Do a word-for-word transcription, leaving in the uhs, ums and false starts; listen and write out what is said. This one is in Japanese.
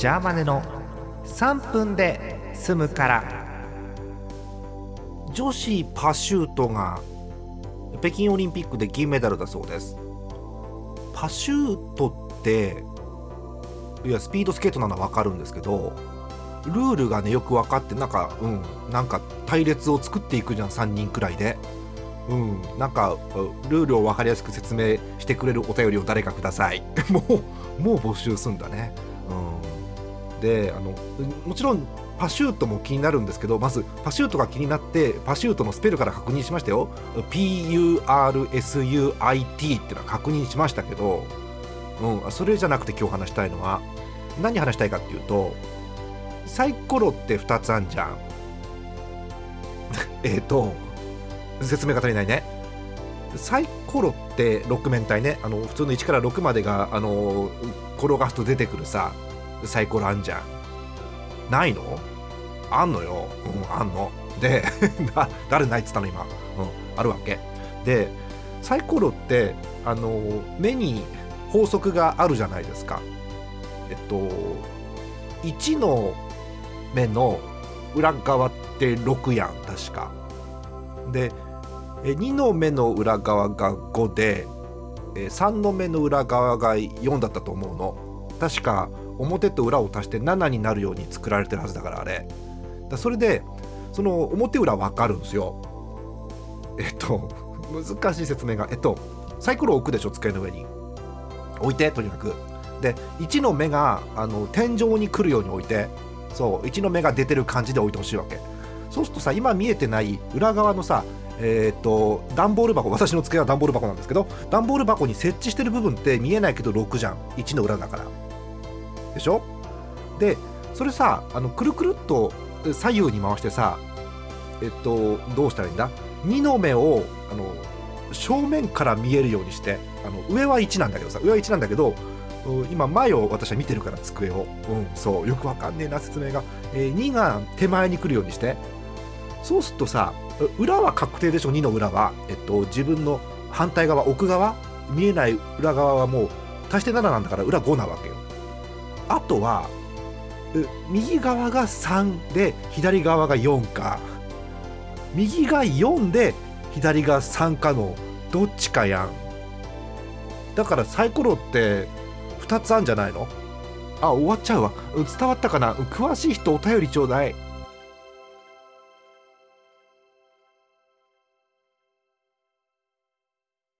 ジャーマネのさんぷんで済むから。女子パシュートが北京オリンピックで銀メダルだそうです。パシュートっていやスピードスケートなのは分かるんですけど、ルールがねよく分かって、なんかうんなんか隊列を作っていくじゃん、さんにんくらいで。うんなんかルールを分かりやすく説明してくれるお便りを誰かくださいもうもう募集すんだね。うんであのもちろんパシュートも気になるんですけど、まずパシュートが気になってパシュートのスペルから確認しましたよ。 ピーユーアールエスユーアイティー ってのは確認しましたけど、うん、それじゃなくて今日話したいのは何話したいかっていうと、サイコロってふたつあんじゃんえっと説明が足りないね。サイコロってろく面体ね、あの普通のいちからろくまでがあの転がすと出てくるさサイコロあんじゃん。ないの？あんのよ、うん、あんので誰ないっつったの今、うん、あるわけで、サイコロってあの目に法則があるじゃないですか。えっといちの目の裏側ってろくやん確かで、にの目の裏側がごで、さんの目の裏側がよんだったと思うの。確か表と裏を足してななになるように作られてるはずだからあれだ。それでその表裏分かるんですよ。えっと難しい説明が、えっとサイコロを置くでしょ、机の上に置いて、とにかくでいちの目があの天井に来るように置いて、そういちの目が出てる感じで置いてほしいわけ。そうするとさ、今見えてない裏側のさえっと段ボール箱、私の机は段ボール箱なんですけど、段ボール箱に設置してる部分って見えないけどろくじゃん、いちの裏だからでしょ。でそれさ、あのくるくるっと左右に回してさ、えっとどうしたらいいんだ、にの目をあの正面から見えるようにして、あの上はいちなんだけどさ、上はいちなんだけど今前を私は見てるから机を、うん、そうよくわかんねえな説明が、えー、にが手前に来るようにして、そうするとさ裏は確定でしょ、にの裏は、えっと、自分の反対側奥側見えない裏側はもう足してなななんだから裏ごなわけよ。あとは右側がさんで左側がよんか、右がよんで左がさんかのどっちかやん。だからサイコロってふたつあんじゃないの。あ、終わっちゃうわ。伝わったかな。詳しい人お便りちょうだい。